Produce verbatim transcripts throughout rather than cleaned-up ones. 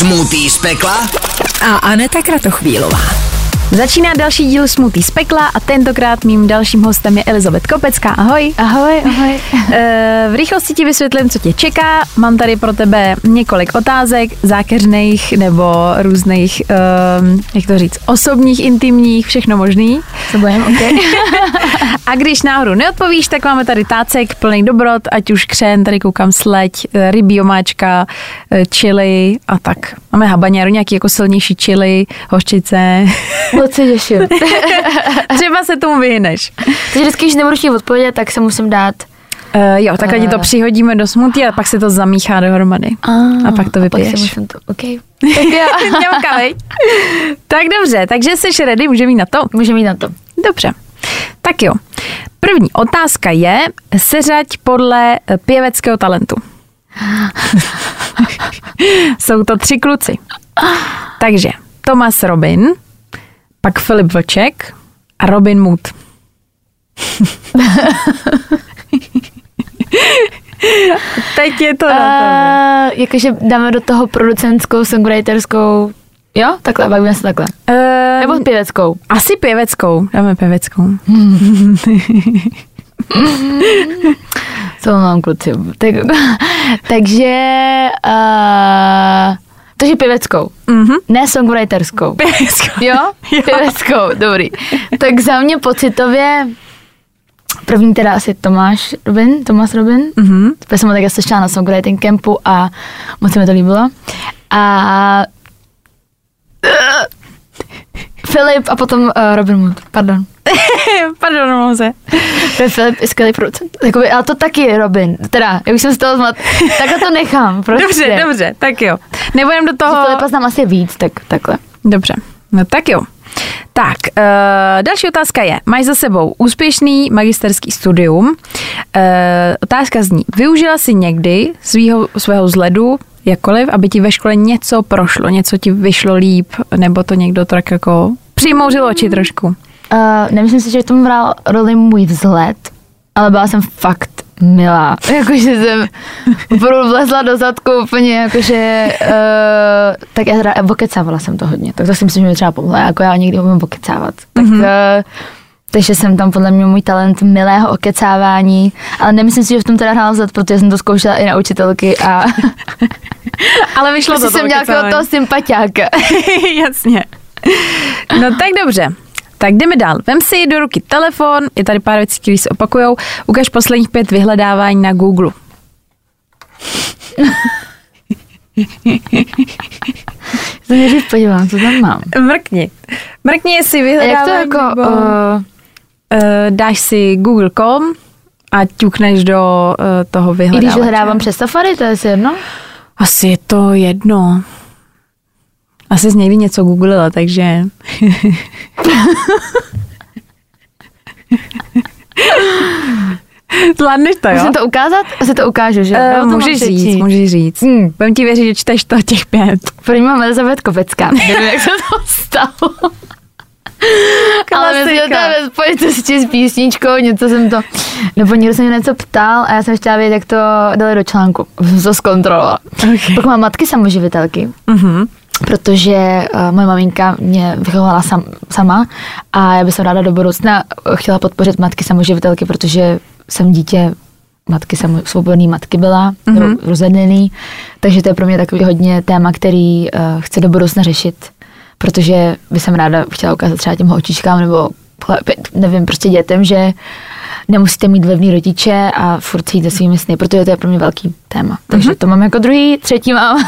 Smoothie z pekla a Aneta Kratochvílová. Začíná další díl Smoothie z pekla a tentokrát mým dalším hostem je Elizabeth Kopecká. Ahoj. Ahoj, ahoj. E, v rychlosti ti vysvětlím, co tě čeká. Mám tady pro tebe několik otázek, zákeřných nebo různých, e, jak to říct, osobních, intimních, všechno možný. Co budem, ok. A když náhodou neodpovíš, tak máme tady tácek plný dobrot, ať už křen, tady koukám sleď, rybí omáčka, chili a tak. Máme habaněro, nějaký jako silnější chili, hořčice. Moc se těším. Třeba se tomu vyhneš. Takže vždycky, když nebudu chtít odpovědět, tak se musím dát. Uh, jo, takhle uh, ti to přihodíme do smoothie a pak se to zamíchá dohromady. Uh, a pak to vypiješ. Pak si musím to, ok. Tak jo. Ňamka, vej. Tak dobře, takže jsi ready, můžeme jít na to? Můžeme jít na to. Dobře. Tak jo. První otázka je, seřaď podle pěveckého talentu. Jsou to tři kluci. Takže Thomas Robin, pak Filip Vlček a Robin Mood. Teď je to na tebe. Uh, jakože dáme do toho producentskou, songwriterskou, jo? Takhle, bavíme se takhle. Uh, Nebo pěveckou? Asi pěveckou, dáme pěveckou. Co mám, kluci? Tak, takže... Uh, takže pěveckou. Mm-hmm. Ne songwriterskou. Pěveckou. Jo? jo? Pěveckou, dobrý. Tak za mě pocitově první teda asi Tomáš Robin, Thomas Robin. Mm-hmm. Já jsem ho také slyšela na songwriting campu a moc se mi to líbilo. A Filip a potom uh, Robin Mood, pardon. Pardon, Moze. Filip je skvělý producent. Jakoby, ale to taky je Robin. Teda, já už jsem z toho zmat. Takhle to nechám, prostě. Dobře, dobře, tak jo. Nebudem do toho... Filipa znám asi víc, tak takhle. Dobře, no tak jo. Tak, uh, další otázka je, máš za sebou úspěšný magisterský studium. Uh, otázka zní, využila jsi někdy svýho, svého vzhledu, jakkoliv, aby ti ve škole něco prošlo, něco ti vyšlo líp, nebo to někdo tak jako přimouřil oči trošku? Uh, nemyslím si, že v tom hrál roli můj vzhled, ale byla jsem fakt milá. Jakože jsem opravdu vlezla do zadku úplně, jakože uh, tak já teda okecávala jsem to hodně, tak to si myslím, že mi třeba pomohla, jako já někdy umím okecávat. Tak, mm-hmm. uh, takže jsem tam podle mě můj talent milého okecávání, ale nemyslím si, že v tom teda hrál vzhled, protože jsem to zkoušela i na učitelky a ale vyšlo to jsem nějakého toho sympatiáka. Jasně. No tak dobře. Tak jdeme dál. Vem si do ruky telefon, je tady pár věcí, které se opakujou. Ukaž posledních pět vyhledávání na Google. To nejdřív podívám, co tam mám. Mrkni. Mrkni, jestli vyhledávání. Jak to jako... Nebo, uh, uh, dáš si google tečka com a ťukneš do uh, toho vyhledávače. I když vyhledávám přes Safari, to je si jedno? Asi je to jedno. Asi jsi někdy něco googlila, takže... Zvládneš to, jo? Musím to ukázat? Asi to ukážu, že? Uh, můžeš říct, říct, můžeš říct. Hmm. Budem ti věřit, že čteš to těch pět. První mám Elizabeth Kopecká. Nevím, jak se to stalo. Ale myslím, že to je ve spojitosti s písničkou, něco jsem to... Nebo někdo se mě něco ptal a já jsem chtěla vědět, jak to dali do článku. To zkontrolovala. Okay. Pak mám matky samoživitelky. Uh-huh. Protože uh, moje maminka mě vychovala sam, sama a já bych se ráda do budoucna chtěla podpořit matky samoživitelky, protože jsem dítě matky, samo, svobodný matky byla, mm-hmm. rozvedený, takže to je pro mě takový hodně téma, který uh, chci do budoucna řešit, protože bych jsem ráda chtěla ukázat třeba těm holčičkám nebo nevím, prostě dětem, že nemusíte mít vlivný rodiče a furt jít se svými sny, protože to je pro mě velký téma. Takže mm-hmm. to mám jako druhý, třetí mám.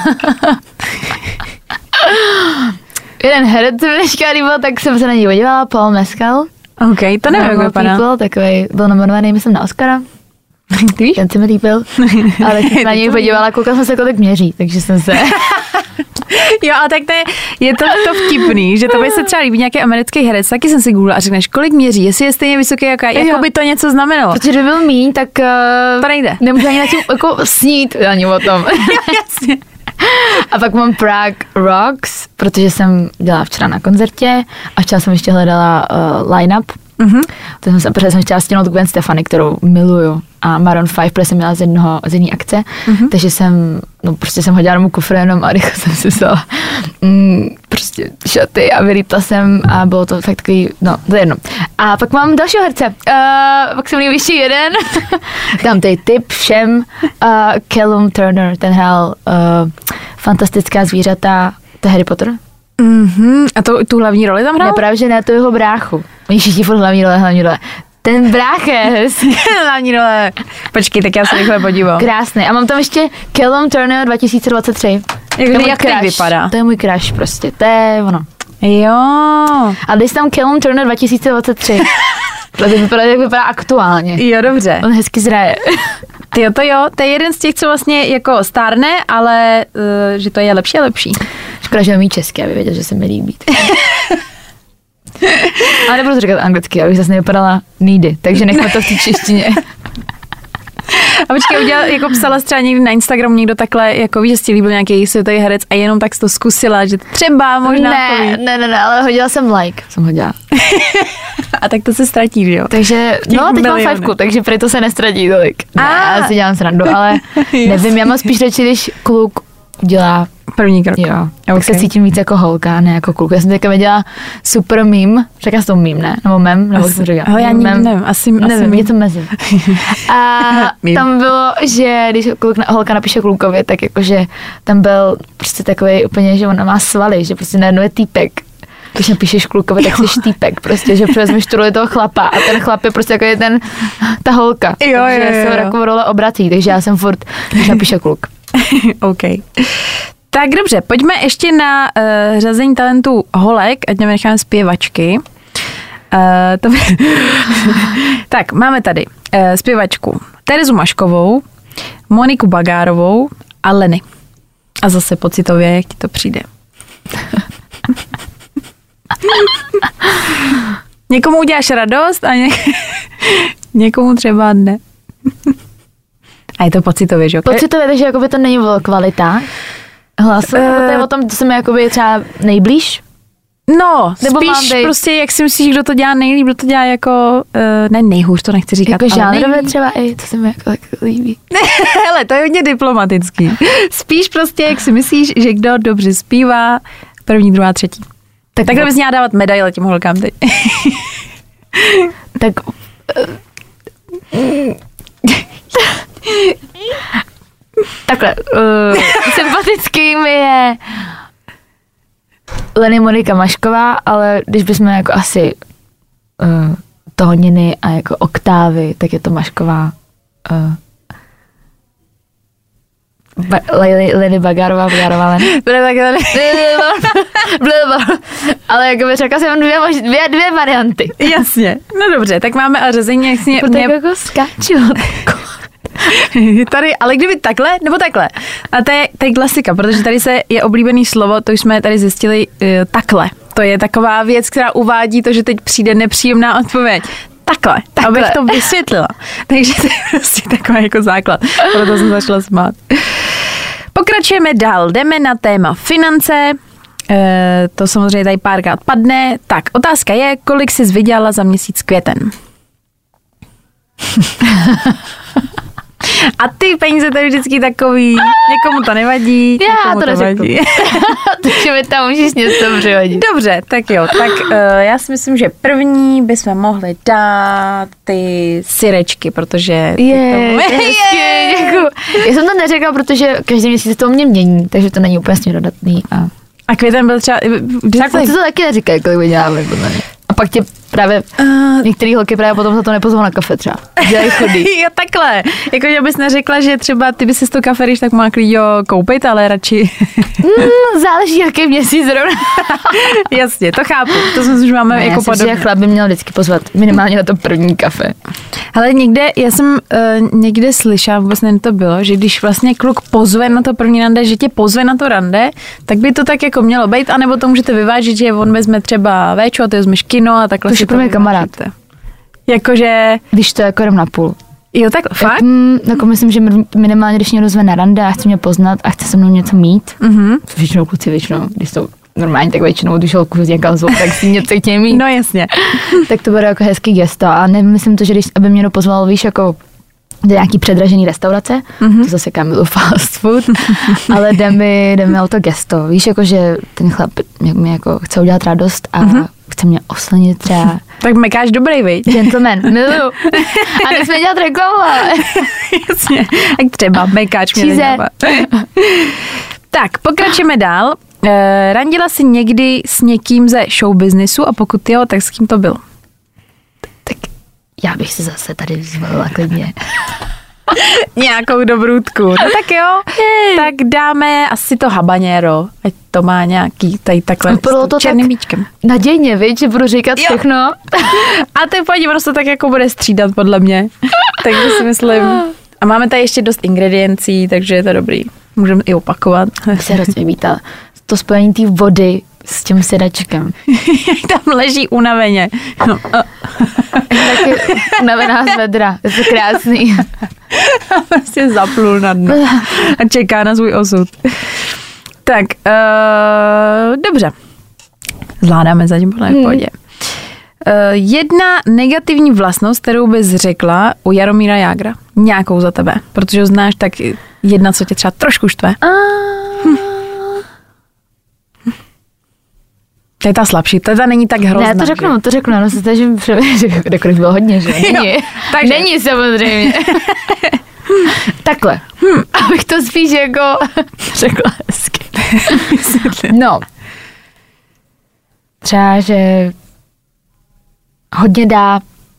Jeden herec se mi dneška líbil, tak jsem se na něj podívala, Paul Mescal. OK, to nevím, jak vypadá. Takový byl nominovaný, myslím, na Oscara. Ty víš? Ten se mi líbil. Ale když jsem na něj podívala, koukala jsem se, kolik měří, takže jsem se... Jo, a tak to je, je to, to vtipný, že to by se třeba líbí nějaký americký herec, taky jsem si googlila a řekneš, kolik měří, jestli je stejně vysoký, jaká, jako by to něco znamenalo. Protože kdyby byl míň, tak uh, to nejde. Nemůžu ani na tím jako snít ani o tom. Jasně. A pak mám Prague Rocks, protože jsem dělala včera na koncertě a včera jsem ještě hledala uh, line-up Mhm. To jsem, protože jsem chtěla stěnout Gwen Stefani, kterou miluju. A Maroon five, protože jsem měla z jednoho, z jedné akce, mm-hmm. takže jsem, no prostě jsem hodila domů kufr jenom a rychle jsem si vzala mm, prostě šaty a vylítla jsem a bylo to fakt takový, no to je jedno. A pak mám dalšího herce, uh, pak jsem nejvyšší jeden, dám tady tip všem, uh, Callum Turner, ten hrál uh, Fantastická zvířata, to je Harry Potter. Mm-hmm. A to, tu hlavní roli tam hrál? Ne, právě, že ne, to jeho bráchu. Oni všichni furt hlavní role, hlavní role. Ten brácha je hezký. Hlavní role. Počkej, tak já se rychle podívám. Krásný. A mám tam ještě Callum Turner dva tisíce dvacet tři. Jak, jak teď vypadá? To je můj crush prostě, to je ono. Jo. A dej tam Callum Turner dva tisíce dvacet tři. To vypadá, jak vypadá aktuálně. Jo, dobře. On hezky zraje. Tyjo, to jo, to je jeden z těch, co vlastně jako stárne, ale uh, že to je lepší a lepší. Škoda, že umí česky, aby věděl, že se mi líbí. Ale nebudu to říkat anglicky, abych zase nevypadala needy, takže nechme to v té češtině. A počkej, udělal, jako psala třeba někdy na Instagramu někdo takhle, jako víš, že si líbil nějaký světový herec a jenom tak jsi to zkusila, že třeba možná ne, poví. ne, ne, ne, ale hodila jsem like. Jsem hodila. A tak to se ztratí, že jo? Takže, no, teď mám fajfku, takže prý to se nestratí tolik. Ne, A. já si dělám srandu, ale nevím, já mám spíš radši, když kluk udělá První krok. jo, okay. tak se cítím víc jako holka, ne jako kluk. Já jsem teďka viděla super meme, řekla jsem to meme, ne? Nebo mem, nebo jsem řekla. Ale já nikdy nevím, asi, nevím, asi něco mezi. A tam bylo, že když kluk, holka napíše klukovi, tak jakože tam byl prostě takový úplně, že ona má svaly, že prostě najednou je týpek. Když napíšeš klukovi, tak jsi týpek, prostě, že převezmeš tu roli toho chlapa a ten chlap je prostě takový ten, ta holka. Jo, jo, takže jo, se jo. takovou role obrací, takže já jsem furt, když napíše kluk. OK. Tak dobře, pojďme ještě na uh, řazení talentů holek, ať necháme zpěvačky. Uh, to by... tak, máme tady uh, zpěvačku Terezu Maškovou, Moniku Bagárovou a Leny. A zase pocitově, jak ti to přijde. Někomu uděláš radost a ně... někomu třeba ne. A je to pocitově, že jo? Pocitově, takže jakoby to není o kvalitách. Hlas, uh, to je o tom, to se mi jakoby třeba nejblíž. No, nebo spíš prostě, jak si myslíš, kdo to dělá nejlíp, kdo to dělá jako, uh, ne nejhůř, to nechci říkat, jako ale žánrové nejlíp. třeba, i to se mi jako tak líbí. Hele, to je hodně diplomatický. Spíš prostě, jak si myslíš, že kdo dobře zpívá, první, druhá, třetí. Tak takhle bys měla dávat medaile těm holkám teď. tak... Takhle, uh, sympatický mi je Leny Monika Mašková, ale když bychom jako asi uh, tóniny a jako oktávy, tak je to Mašková. Uh, ba- Leny Bagárová, Bagárová Leny. Ale jako by řekla jsem dvě, mož- dvě, dvě varianty. Jasně, no dobře, tak máme a řazení, jak mě... Protože mě... jako skáču. Tady, ale kdyby takhle, nebo takhle. A to je, to je klasika, protože tady se je oblíbený slovo, to už jsme tady zjistili, uh, takhle. To je taková věc, která uvádí to, že teď přijde nepříjemná odpověď. Takhle, takhle. Abych to vysvětlila. Takže to je prostě takový jako základ. Proto jsem začala smát. Pokračujeme dál, jdeme na téma finance. E, to samozřejmě tady párkrát padne. Tak, otázka je, kolik jsi vydělala za měsíc květen? A ty peníze to je vždycky takový, někomu to nevadí, Já někomu to, to vadí. Takže mi tam můžeš něco přihodit. Dobře, tak jo, tak uh, já si myslím, že první bychom mohli dát ty syrečky, protože... Je, hezky, děkuju. Já jsem to neřekla, protože každý měsíc to mě mění, takže to není úplně směrodatný. A, a květen byl třeba... tak to taky neříkají, kolik vyděláme. A pak tě právě uh, některý holky právě potom za to nepozvou na kafe třeba. Dělají chodí. Jo, takhle. Jako, že bys neřekla, že třeba ty bys si to kafe, když tak má klidně koupit, ale radši... mm, záleží, jaký měsíc zrovna. Jasně, to chápu. To si myslím, že máme ne, jako podobně. podobně. Já chlap by měl vždycky pozvat minimálně na to první kafe. Ale někde, já jsem uh, někde slyšela, vůbec nevím, to bylo, že když vlastně kluk pozve na to první rande, že tě pozve na to rande, tak by to tak jako mělo být, anebo to můžete vyvážit, že on vezme třeba véčo a ty vezmeš kino a takhle to si pro mě kamarád. Jakože... Když to jako jdem na půl. Jo, tak fakt? Mm, jako myslím, že minimálně, když mě rozve na rande a chce mě poznat a chce se mnou něco mít, Mhm. většinou kluci většinou, když jsou normálně tak většinou, když šel kurz někam zvuk, tak si něco chtěl mít. No jasně. Tak to bude jako hezký gesto a nemyslím to, že když aby mě pozval, víš, jako do nějaký předražený restaurace, mm-hmm. to zase Kamilu fast food, ale jde mi, jde mi o to gesto, víš, jako že ten chlap mi jako chce udělat radost a mm-hmm. chce mě oslovit třeba. Tak mekáš dobrý, viď? Gentleman, miluju. A nesmí dělat reklamu, ale... Jasně, tak třeba mekáč mě nedává. Tak, pokračujeme dál. E, randila jsi někdy s někým ze show businessu a pokud jo, tak s kým to bylo? Tak já bych si zase tady zvolila klidně. Nějakou dobrůdku. No tak jo, tak dáme asi to habanero, ať to má nějaký tady takhle to s černým tak míčkem. Nadějně, víš, že budu říkat jo. všechno. A ty pojď, ono se tak jako bude střídat podle mě. Takže si myslím. A máme tady ještě dost ingrediencí, takže je to dobrý. Můžeme i opakovat. Se hrozně vítá. To spojení té vody s tím sedačkem. Jak tam leží unaveně. No. Taky unavená z vedra. Je to krásný. A prostě zaplul na dno. A čeká na svůj osud. Tak, uh, dobře. Zvládáme zatím podle v pohodě. Uh, jedna negativní vlastnost, kterou bys řekla u Jaromíra Jágra. Nějakou za tebe. Protože ho znáš, tak jedna, co tě třeba trošku štve. Hm. To je ta slabší, to ta není tak hrozná. Ne, to řeknu, že? to řeknu, no se snažím přemýšlet, kdekoliv bylo hodně, že? Není, jo, takže. Není samozřejmě. Takhle, hm, abych to spíš jako řekla hezky. No, třeba, že hodně dá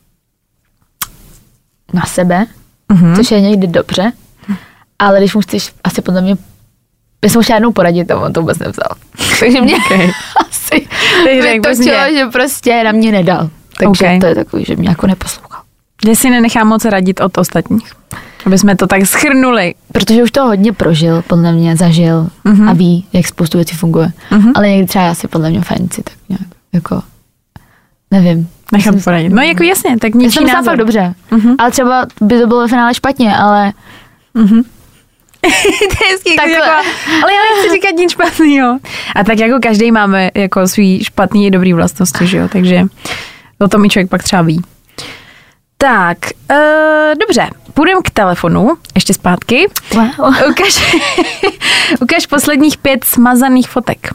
na sebe, mm-hmm. což je někdy dobře, ale když mu chceš asi podle mě, já jsem už jednou poradit, a on to vůbec nevzal. Takže mě okay. asi vytočilo, že prostě na mě nedal. Takže okay. to je takový, že mě jako neposlouchal. Že si nenechám moc radit od ostatních. Aby jsme to tak shrnuli. Protože už to hodně prožil, podle mě zažil mm-hmm. a ví, jak spoustu věcí funguje. Mm-hmm. Ale někdy třeba asi podle mě fancy, tak nějak jako, nevím. Nechám poradit. No jako jasně, tak ničí názor. Já jsem fakt dobře, mm-hmm. ale třeba by to bylo ve finále špatně, ale... Mm-hmm. To je hezký, jako, ale já nechci říkat nic špatného. A tak jako každý máme jako svý špatný i dobrý vlastnosti, že jo, takže o tom i člověk pak třeba ví. Tak, uh, dobře, půjdeme k telefonu, ještě zpátky. Wow. Ukaž, ukaž posledních pět smazaných fotek.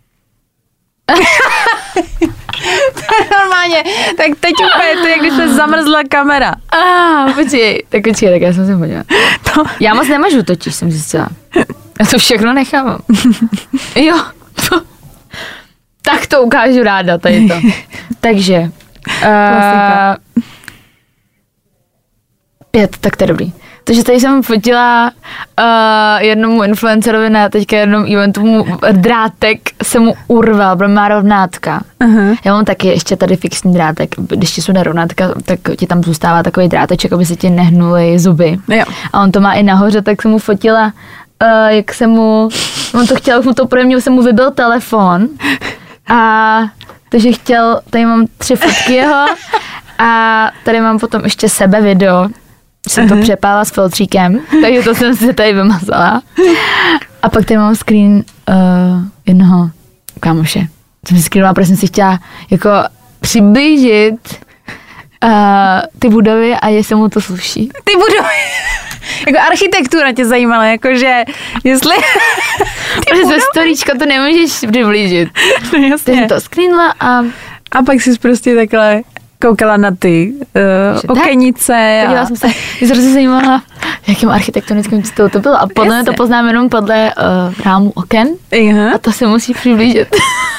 To je normálně, tak teď úplně to, jak když se zamrzla kamera. Ah, počkej, tak počkej, tak já jsem se podívala. To... Já moc nemažu totiž, jsem zjistila. Já to všechno nechávám. Jo. Tak to ukážu ráda, tady to. Takže. Uh, pět, tak to je dobrý. Takže tady jsem fotila uh, jednomu influencerovi na teďka jednom eventu, mu drátek se mu urval, protože má rovnátka. Uh-huh. Já mám taky ještě tady fixní drátek, když ti jsou na rovnátka, tak ti tam zůstává takový dráteček, aby se ti nehnuly zuby. Jo. A on to má i nahoře, tak jsem mu fotila, uh, jak se mu, on to chtěl, mu to projemnil, se mu vybil telefon a takže chtěl, tady mám tři fotky jeho a tady mám potom ještě sebe video, jsem to uh-huh. přepálila s filtříkem, takže to jsem si tady vymazala. A pak tady mám screen uh, jednoho kámoše. Jsem si screenovala, protože jsem si chtěla jako přiblížit uh, ty budovy a jestli mu to sluší. Ty budovy? Jako architektura tě zajímala, jakože jestli... Ze storíčka to nemůžeš přiblížit. No jasně. Takže jsem to screenla a... A pak jsi prostě takhle... koukala na ty uh, okenice. Podívala jsem se, když jsem se zajímala, jakým architektonickým stylu to bylo. A podle mě to poznám jenom podle uh, rámu oken. Uh-huh. A to se musí přiblížit.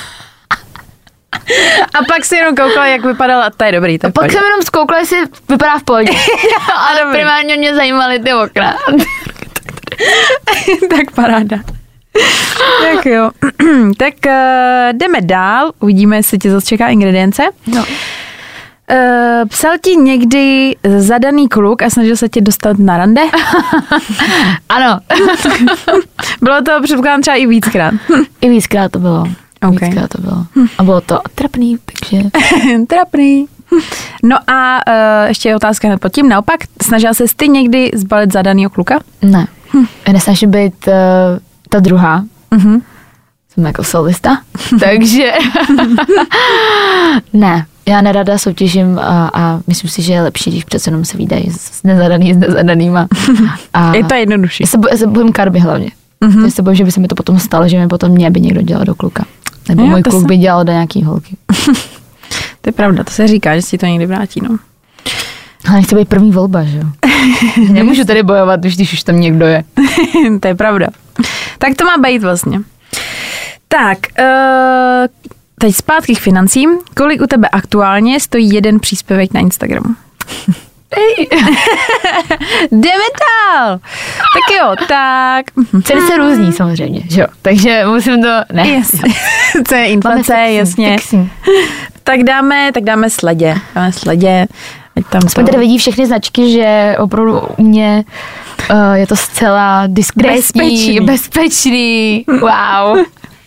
A pak si jenom koukala, jak vypadala. A to je dobrý. To a pak jsem jenom zkoukala, jestli vypadá v pohodě. Ale primárně mě zajímaly ty okna. Tak paráda. Tak jo. Tak uh, jdeme dál. Uvidíme, jestli tě zase čeká ingredience. No. Uh, psal ti někdy zadaný kluk a snažil se tě dostat na rande? Ano. Bylo to předpokládám třeba i víckrát. I víckrát to bylo. Okay. Víckrát to bylo. A bylo to trapný, takže... Trapný. No a uh, ještě je otázka hned pod tím. Naopak, snažil ses ty někdy zbalit zadanýho kluka? Ne. Hm. Já nesnažím být uh, ta druhá. Uh-huh. jsem jako solista, takže ne, já nerada soutěžím a, a myslím si, že je lepší, když přece jenom se výdají s nezadaný, s nezadanýma. A je to jednodušší. Já se, bo, já se bojím karby hlavně. Mm-hmm. Já se bojím, že by se mi to potom stalo, že mi potom mě by někdo dělal do kluka. Nebo jo, můj kluk se... by dělal do nějaký holky. To je pravda, to se říká, že si to někdy vrátí, no. Ale nechce být první volba, že jo? Nemůžu tady bojovat, už když už tam někdo je. To je pravda. Tak to má být vlastně. Tak, uh, teď zpátky k financím. Kolik u tebe aktuálně stojí jeden příspěvek na Instagramu? Jdeme dál. Tak jo, tak. Ceny se různí samozřejmě, že jo? Takže musím to... Ne. Yes. Co je inflace, jasně. Fixing. Tak dáme, tak dáme sledě. Dáme sledě. Tam aspoň tady vidí všechny značky, že opravdu u mě uh, je to zcela diskrétní, bezpečný. bezpečný. Wow.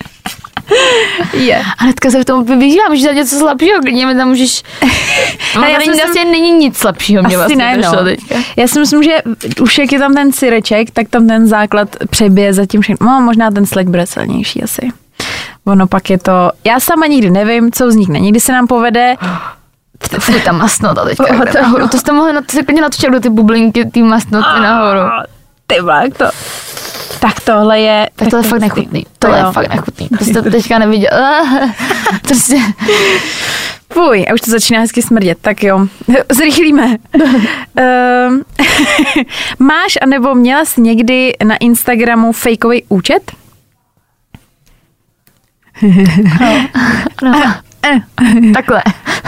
Je. A hnedka se v tom vybížila, můžeš dát něco slabšího, klidně mi tam můžeš... No, já jsem vlastně není nic slabšího, mě vlastně ne, no. teďka. Já si myslím, že už jak je tam ten syreček, tak tam ten základ přebije zatím všechno. No, možná ten sleď bude silnější asi. Ono pak je to... Já sama nikdy nevím, co vznikne. Někdy se nám povede... Fuj, ta masnota teďka. Oh, to, nahoru. To jste mohli, to se klidně natočit do ty bublinky, ty masnoty oh, nahoru. Ty blák to. Tak tohle je... Tak tohle je fakt nechutný. Tohle je fakt nechutný. To jste teďka neviděl. To se... Fuj, a už to začíná hezky smrdět. Tak jo, zrychlíme. um, máš anebo měla jsi někdy na Instagramu fejkový účet? No. No. Takhle.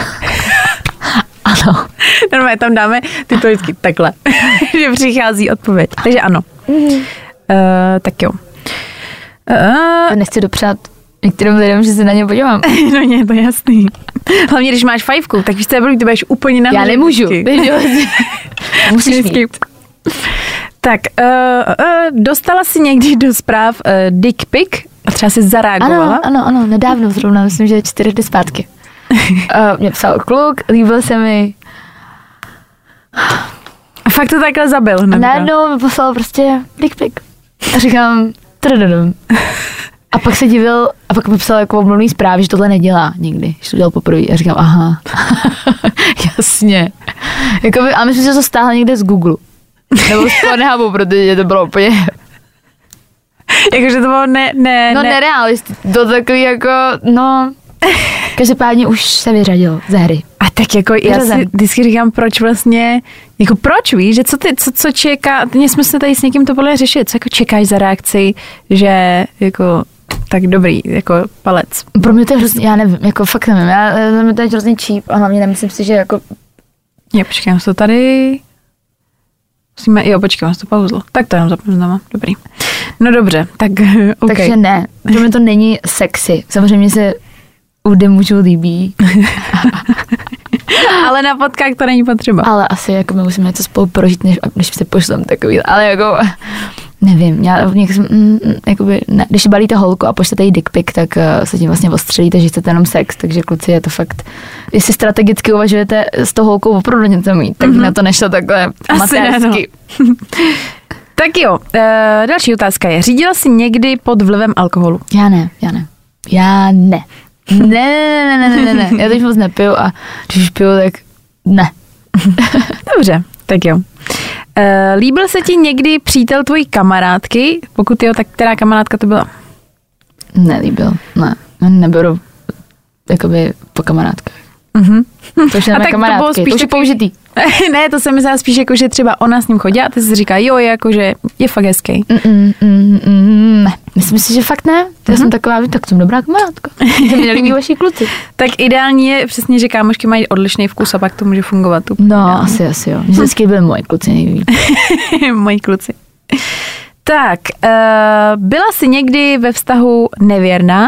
Ano. Normálně tam dáme tyto vždycky takhle, že přichází odpověď. Takže ano. Mm-hmm. Uh, tak jo. Uh, Nechci dopřát některým lidem, že se na ně podívám. No ne, je to jasný. Hlavně, když máš fajfku, tak víš, co je blbý, ty budeš úplně na Já nemůžu. Musíš mít. Tak, uh, uh, dostala jsi někdy do zpráv uh, dick pic a třeba jsi zareagovala? Ano, ano, ano, nedávno zrovna, myslím, že čtyři dny zpátky. Uh, mě psal kluk, líbil se mi. A fakt to takhle zabil hnedka. A najednou mi poslal prostě dick pic. A říkám, trdadum. A pak se divil, a pak mi psal jako obnovný zprávy, že tohle nedělá nikdy, že to dělal poprvé. A říkám, aha, jasně. Jakoby, a myslím, že to stáhl někde z Google. Nebo z Pornhubu, protože to bylo úplně... Jakože to bylo ne... ne no ne... nerealistické. To takový jako, no... Každopádně už se vyřadil ze hry. A tak jako Vyřazen. Já si vždycky říkám, proč vlastně, jako proč víš, že co ty, co, co čeká, mě jsme se tady s někým to podle řešit, co jako čekáš za reakci, že jako tak dobrý, jako palec. Pro mě to je hrozně, já nevím, jako fakt nevím, já, to je hrozně cheap a hlavně nemyslím si, že jako... Je, počkej, mám to tady... Musíme, jo, počkej, mám to pauzlo. Tak to jenom zapnu znova, dobrý. No dobře, tak okay. Takže ne, pro mě to není sexy, samozřejmě se údy mužů líbí. Ale na fotkách to není potřeba. Ale asi jako my musíme něco spolu prožít, než, než se pošlem takový, ale jako nevím, já někdy, mm, jakoby, ne, když balíte holku a pošlete jí dick pic, tak uh, se tím vlastně ostřelíte, že chcete jenom sex, takže kluci je to fakt, jestli strategicky uvažujete s tou holkou opravdu něco mít, tak mm-hmm. na to nešlo takhle amatérsky. No. Tak jo, uh, další otázka je, řídila jsi někdy pod vlivem alkoholu? Já ne, já ne. Já ne. Ne, ne, ne, ne, ne, ne, já teď moc nepiju a když piju, tak ne. Dobře, tak jo. Uh, líbil se ti někdy přítel tvojí kamarádky? Pokud jo, tak která kamarádka to byla? Nelíbil, ne. Neberu jakoby po kamarádkách. Uh-huh. To už je kamarádky, to, to už je použitý. Ne, to se mi zdá spíš jako, že třeba ona s ním chodí a ty si říká, jo, je jako, že je fakt hezký. Mm, mm, mm, ne, myslím si, že fakt ne. Já uh-huh. jsem taková, tak jsem dobrá kamarádka. Se mi nelíbí vaši kluci. Tak ideální je přesně, že kámošky mají odlišný vkus a pak to může fungovat. No, ideální. asi, asi jo. Vždycky byly moji kluci nejvíc. Moji kluci. Tak, uh, byla jsi někdy ve vztahu nevěrná?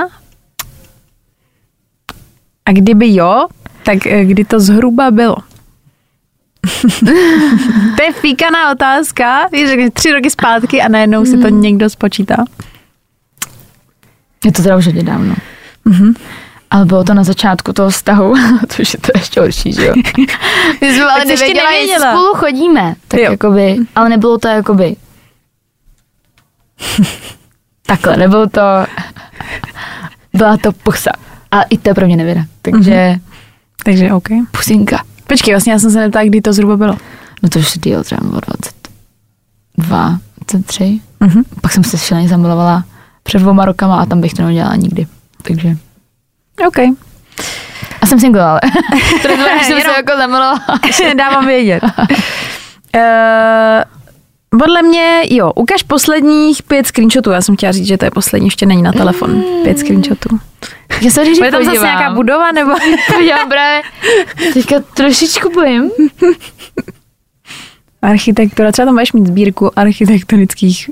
A kdyby jo, tak kdy to zhruba bylo? To je fíkaná otázka, víš, tři roky zpátky a najednou si to někdo spočítá. Je to teda už hodně dávno. Mm-hmm. Ale bylo to na začátku toho vztahu, to už je to ještě horší, že jo? My jsme ale nevěděla, jestli spolu chodíme, tak jo. Jakoby, ale nebylo to jakoby takhle, nebylo to Byla to pusa. A i to je pro mě nevěra. Takže... Mm-hmm. Takže OK. Pusinka. Počkej, vlastně já jsem se neptala, kdy to zhruba bylo. No to už je díl, třeba bylo dvacet dva, dvacet tři. Mm-hmm. Pak jsem se šíleně zamilovala před dvouma rokama a tam bych to neudělala nikdy. Takže... OK. A jsem single, ale. To neznamená, že jsem se jako zamilovala. Dávám vědět. uh, podle mě, jo, ukaž posledních pět screenshotů. Já jsem chtěla říct, že to je poslední, ještě není na telefon. Pět screenshotů. Já se říct, bude tam zase nějaká budova, nebo? Já právě teďka trošičku bojím. Architektura, třeba tam budeš mít sbírku architektonických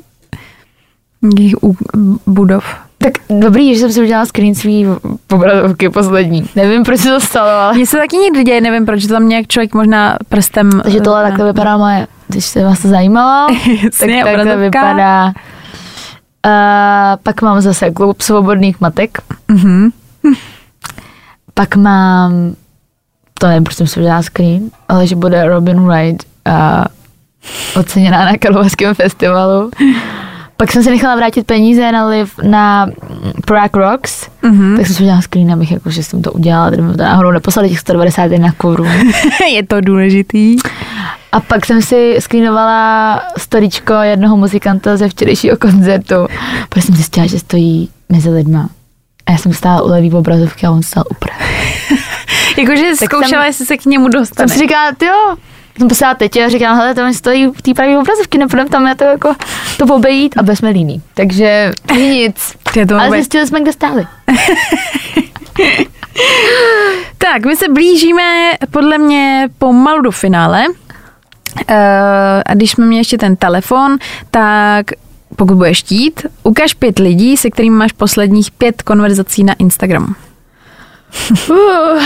budov. Tak dobrý, že jsem si udělala screen svý obrazovky poslední. Nevím, proč se to stalo, ale... Mně se taky nikdy děje, nevím, proč tam nějak člověk možná prstem... Takže tohle na... takhle vypadá moje, když se vás to zajímalo, tak takhle vypadá. Uh, pak mám zase klub svobodných matek. Mm-hmm. Pak mám, to nevím, proč jsem si udělala screen, ale že bude Robin Wright uh, oceněná na Karlovarském festivalu. Pak jsem se nechala vrátit peníze na live na Prague Rocks, mm-hmm. tak jsem si udělala screen, abych jako, že jsem to udělala, tady mi to náhodou neposlali těch sto devadesát jedna korun. Je to důležitý. A pak jsem si screenovala storíčko jednoho muzikanta ze včerejšího koncertu, protože jsem zjistila, že stojí mezi lidma. A já jsem stála u levý obrazovky a on stál upravo. Jakože zkoušela, jestli se k němu dostane. Jsem si říkala, jo, jsem poslala teď a říkala, hele, to stojí v té pravý obrazovky, nepůjdem tam na to jako to pobejít a bez jsme líní. Takže nic. Ale zjistili jsme, kde stáli. Tak, my se blížíme podle mě pomalu do finále. Uh, a když jsme měli ještě ten telefon, tak pokud budeš chtít, ukaž pět lidí, se kterými máš posledních pět konverzací na Instagramu. Uh.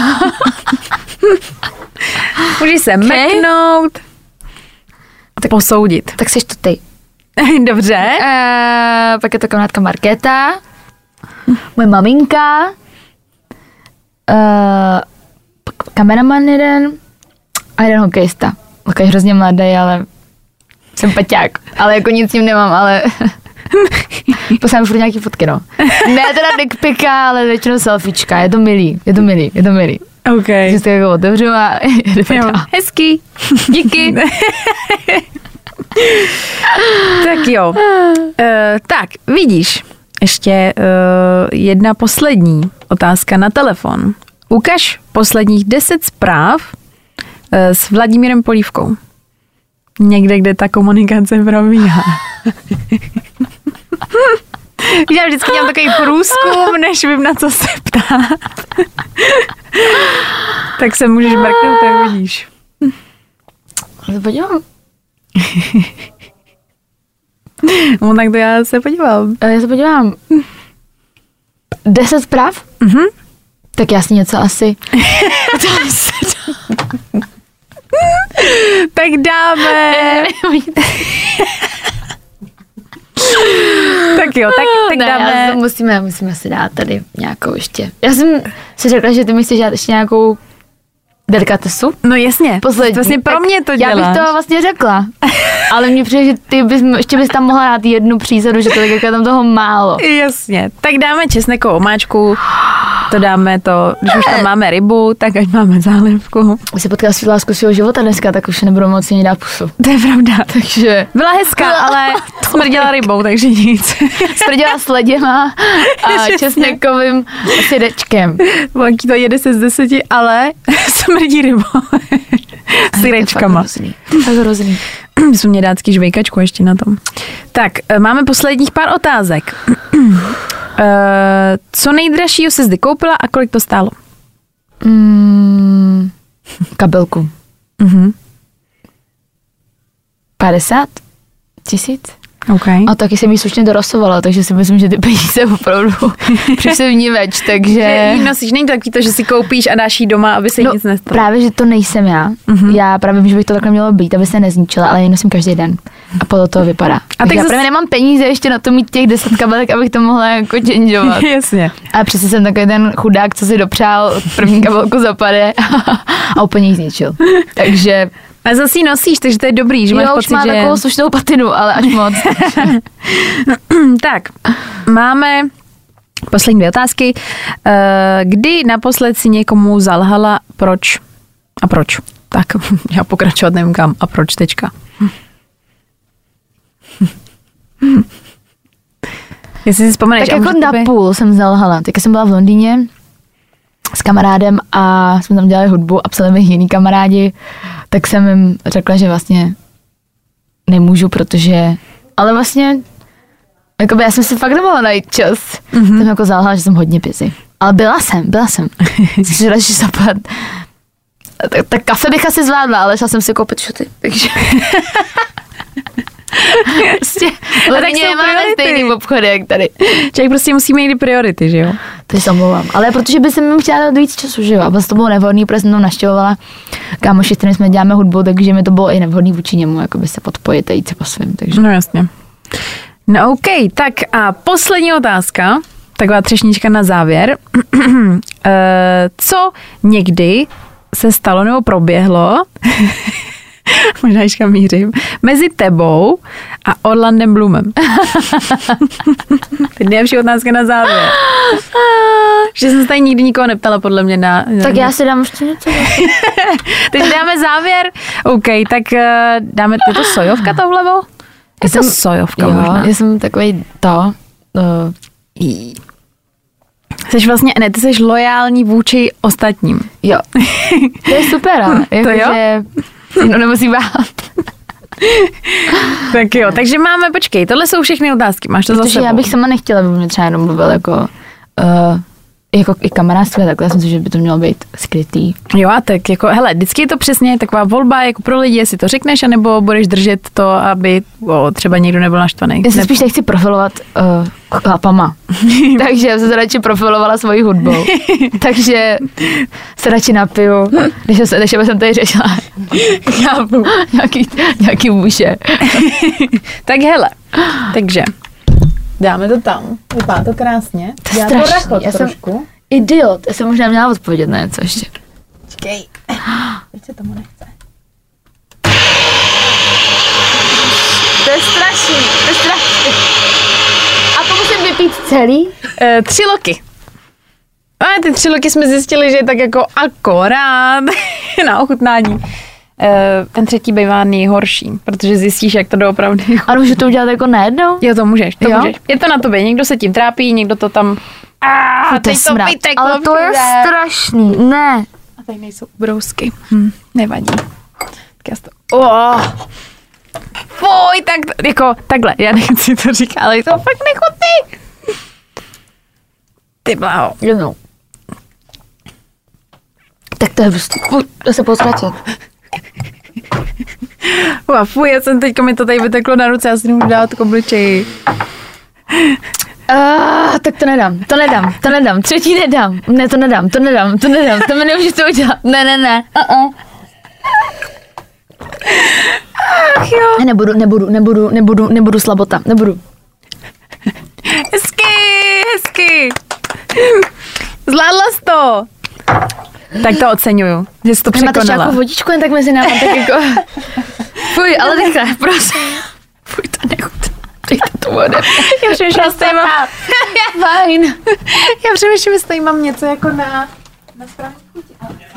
Můžeš se okay. mrknout a posoudit. Tak seš to ty. Dobře. Uh, pak je to kamarádka Markéta, moje maminka, uh, kameraman jeden a jeden hokejista. Takový hrozně mladý, ale jsem paťák. Ale jako nic s ním nemám, ale posláme furt nějaký fotky, no. Ne teda dickpika, ale většinou selfiečka. Je to milý, je to milý, je to milý. OK. Takže si to jako otevřu a jo, hezký. Díky. Tak jo. Uh, tak, vidíš, ještě uh, jedna poslední otázka na telefon. Ukaž posledních deset zpráv uh, s Vladimírem Polívkou. Někde, kde ta komunikace probíhá. Já vždycky dělám takový průzkum, než vím, na co se ptát. Tak se můžeš mrknout, tak vidíš. Ale to podívám. No tak to já se podívám. Já se podívám. Deset zpráv? Mhm. Tak jasně něco asi. Tak dáme. Tak jo, tak, tak ne, dáme. Musíme, musíme si dát tady nějakou ještě. Já jsem si řekla, že ty mi chceš dát ještě nějakou delikatesu. No jasně, poslední. Vlastně pro mě to děláš. Já bych to vlastně řekla, ale mně přijde, že ty bys, ještě bys tam mohla dát jednu přísadu, že to je tam toho málo. Jasně, tak dáme česnekovou omáčku, to dáme to, když už tam máme rybu, tak ať máme zálivku. Když se potkala s lásku svého života dneska, tak už nebudu moci ani dát pusu. To je pravda. Takže... Byla hezká, ale smrděla rybou, takže nic. Smrděla sleděma a česnekovým sydečkem. Vlaký to jede se z deseti, ale smrdí rybou. S rečkama. Tak hrozný. Jsme mě dát žvejkačku ještě na tom. Tak, máme posledních pár otázek. Co nejdražšího se zde koupila a kolik to stálo? Mm, kabelku. Mhm. padesát tisíc. Okay. A taky jsem jí slušně dorosovala, takže si myslím, že ty peníze opravdu přišly vníveč, takže... Že jí nosíš, není to takový to, že si koupíš a dáš jí doma, aby se jí no, nic nestalo. Právě, že to nejsem já. Mm-hmm. Já právě vím, že by to takhle mělo být, aby se nezničila, ale ji nosím každý den. A podle toho vypadá. A tak já zase... právě nemám peníze ještě na to mít těch deset kabelek, abych to mohla jako changeovat. Jasně. A přesně jsem takový ten chudák, co si dopřál první kabelku zapade a úplně ji zničil. Takže... A zase ji nosíš, takže to je dobrý, že máš jo, pocit, že... Jo, už má takovou slušnou patinu, ale až moc. Tak, máme Poslední dvě otázky. Kdy naposled si někomu zalhala, proč a proč? Tak, já pokračovat nevím kam. A proč, tečka. Jestli si vzpomeneš. Tak jako na půl jsem zalhala. Tak jsem byla v Londýně s kamarádem a jsme tam dělali hudbu a psali mi jiný kamarádi, tak jsem jim řekla, že vlastně nemůžu, protože, ale vlastně jakoby já jsem si fakt nemohla najít čas. Mm-hmm. Jsem jako zalhala, že jsem hodně busy. Ale byla jsem, byla jsem. Což radši zapat. Tak, tak kafe bych asi zvládla, ale šla jsem si koupit šuty, takže... prostě, ale tak nemáme stejný obchody, jak tady. Člověk prostě musí mít priority, že jo? To se omlouvám. Ale protože by jsem jim chtěla dát víc času, že jo? A vlastně to bylo nevhodný, protože jsem tam naštěvovala kámoši, s kterým jsme děláme hudbu, takže mi to bylo i nevhodný vůči němu, jako by se podpojit a jít se po svým. Takže. No jasně. No OK, tak a poslední otázka, taková třešnička na závěr. Co někdy se stalo nebo proběhlo, možná již kam mířím, mezi tebou a Orlandem Bloomem? Teď nejlepší otázka na závěr. Že jsem se tady nikdy nikoho neptala, podle mě. Na, na tak já si dám ještě něco. Teď dáme závěr. OK, tak uh, dáme, je to sojovka to vlevo? Je to sojovka jo, možná. Já jsem takovej to... Uh, Jsi vlastně, ne, ty jsi lojální vůči ostatním. Jo. To je super, ale jako, to jo? Že no nemusí bát. Tak jo, takže máme, počkej, tohle jsou všechny otázky, máš to Protože za sebou. já bych sama nechtěla, aby mě třeba jenom mluvil jako, uh, jako i kamarádství, takhle, já si myslím, že by to mělo být skrytý. Jo a tak jako, hele, vždycky je to přesně taková volba jako pro lidi, jestli to řekneš, anebo budeš držet to, aby o, třeba někdo nebyl naštvaný. Já se spíš nechci profilovat uh, chlapama, takže já jsem se radši profilovala svojí hudbou. Takže se radši napiju, než, se, než jsem tady řešila nějaký, nějaký muže. Tak hele, takže dáme to tam, vypadá to krásně. To je strašný, já jsem idiot, já jsem možná měla odpovědět na něco ještě. Počkej, teď se tomu nechce. To je strašný, to je strašný. A to musím vypít celý? E, tři loky. A ty tři loky jsme zjistili, že je tak jako akorát na ochutnání. E, ten třetí bývá nejhorší, protože zjistíš, jak to doopravdy. A můžu to udělat jako najednou? Jo, to můžeš, to jo? můžeš. Je to na tobě, někdo se tím trápí, někdo to tam... A teď to vytek, ale to je strašný, ne. A tady nejsou brousky, hm, nevadí. Tak já to... Oh. Fuj, tak jako takhle, já nechci to říkat, ale je to fakt nechutný. Ty bláho. Jednou. Tak to je prostě, fuj, to se potratit. Ua, fuj, já jsem teďko mi to tady vyteklo na ruce, já si nemůžu dát obličeji. Uh, tak to nedám, to nedám, to nedám, třetí nedám, ne, to nedám, to nedám, to nedám, to mi nemůžu to udělat, ne, ne, ne, uh-uh. Ach jo. Ne, nebudu, nebudu, nebudu, nebudu, nebudu slabota, nebudu. Hezky, hezky. Zvládla jsi to. Tak to oceňuju, že jsi to překonala. Máte nějakou vodičku, jen tak mezi náma, tak jako... Fuj, ale rychle, prosím. Fuj, to nechutná. Dejte to vode. Já přemýšlím, jestli tady mám... Fajn. Já přemýšlím, jestli tady mám něco jako na... Na správnou chuti.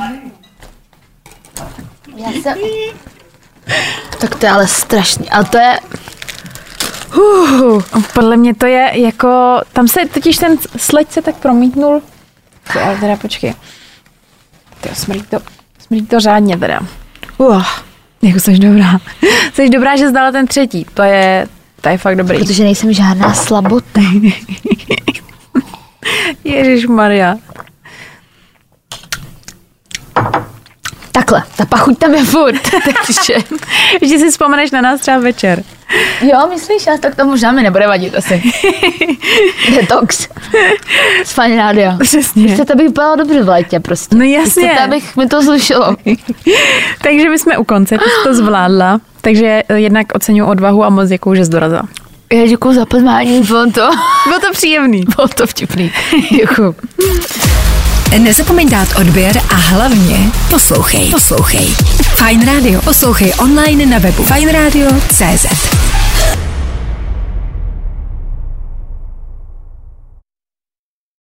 Já se... Tak to je ale strašný, ale to je... Uh, podle mě to je jako... Tam se totiž ten sleď se tak promítnul. To, ale teda počkej. Tyjo, smrdí to, smrdí to řádně teda. Uh, jako jsi dobrá. Jsi dobrá, že zdala ten třetí. To je, to je fakt dobrý. Protože nejsem žádná slabota. Ježišmarja. Takhle, ta pachuť tam je furt. Takže... Vždy si vzpomeneš na nás třeba večer. Jo, myslíš? A tak to možná mi nebude vadit asi. Detox. Z Fajn rádia. Přesně. Chcete, abych vypadala dobře v létě prostě. No jasně. Chcete, abych mi to slušelo. Takže my jsme u konce, ty jsi to zvládla. Takže jednak oceňuji odvahu a moc děkuju, že jsi dorazila. Já děkuju za pozvání, bylo to. Bylo to příjemný. Bylo to vtipný. Děkuju. Nezapomeň dát odběr a hlavně poslouchej. Poslouchej. Fajn Radio. Poslouchej online na webu fajn radio tečka cé zet.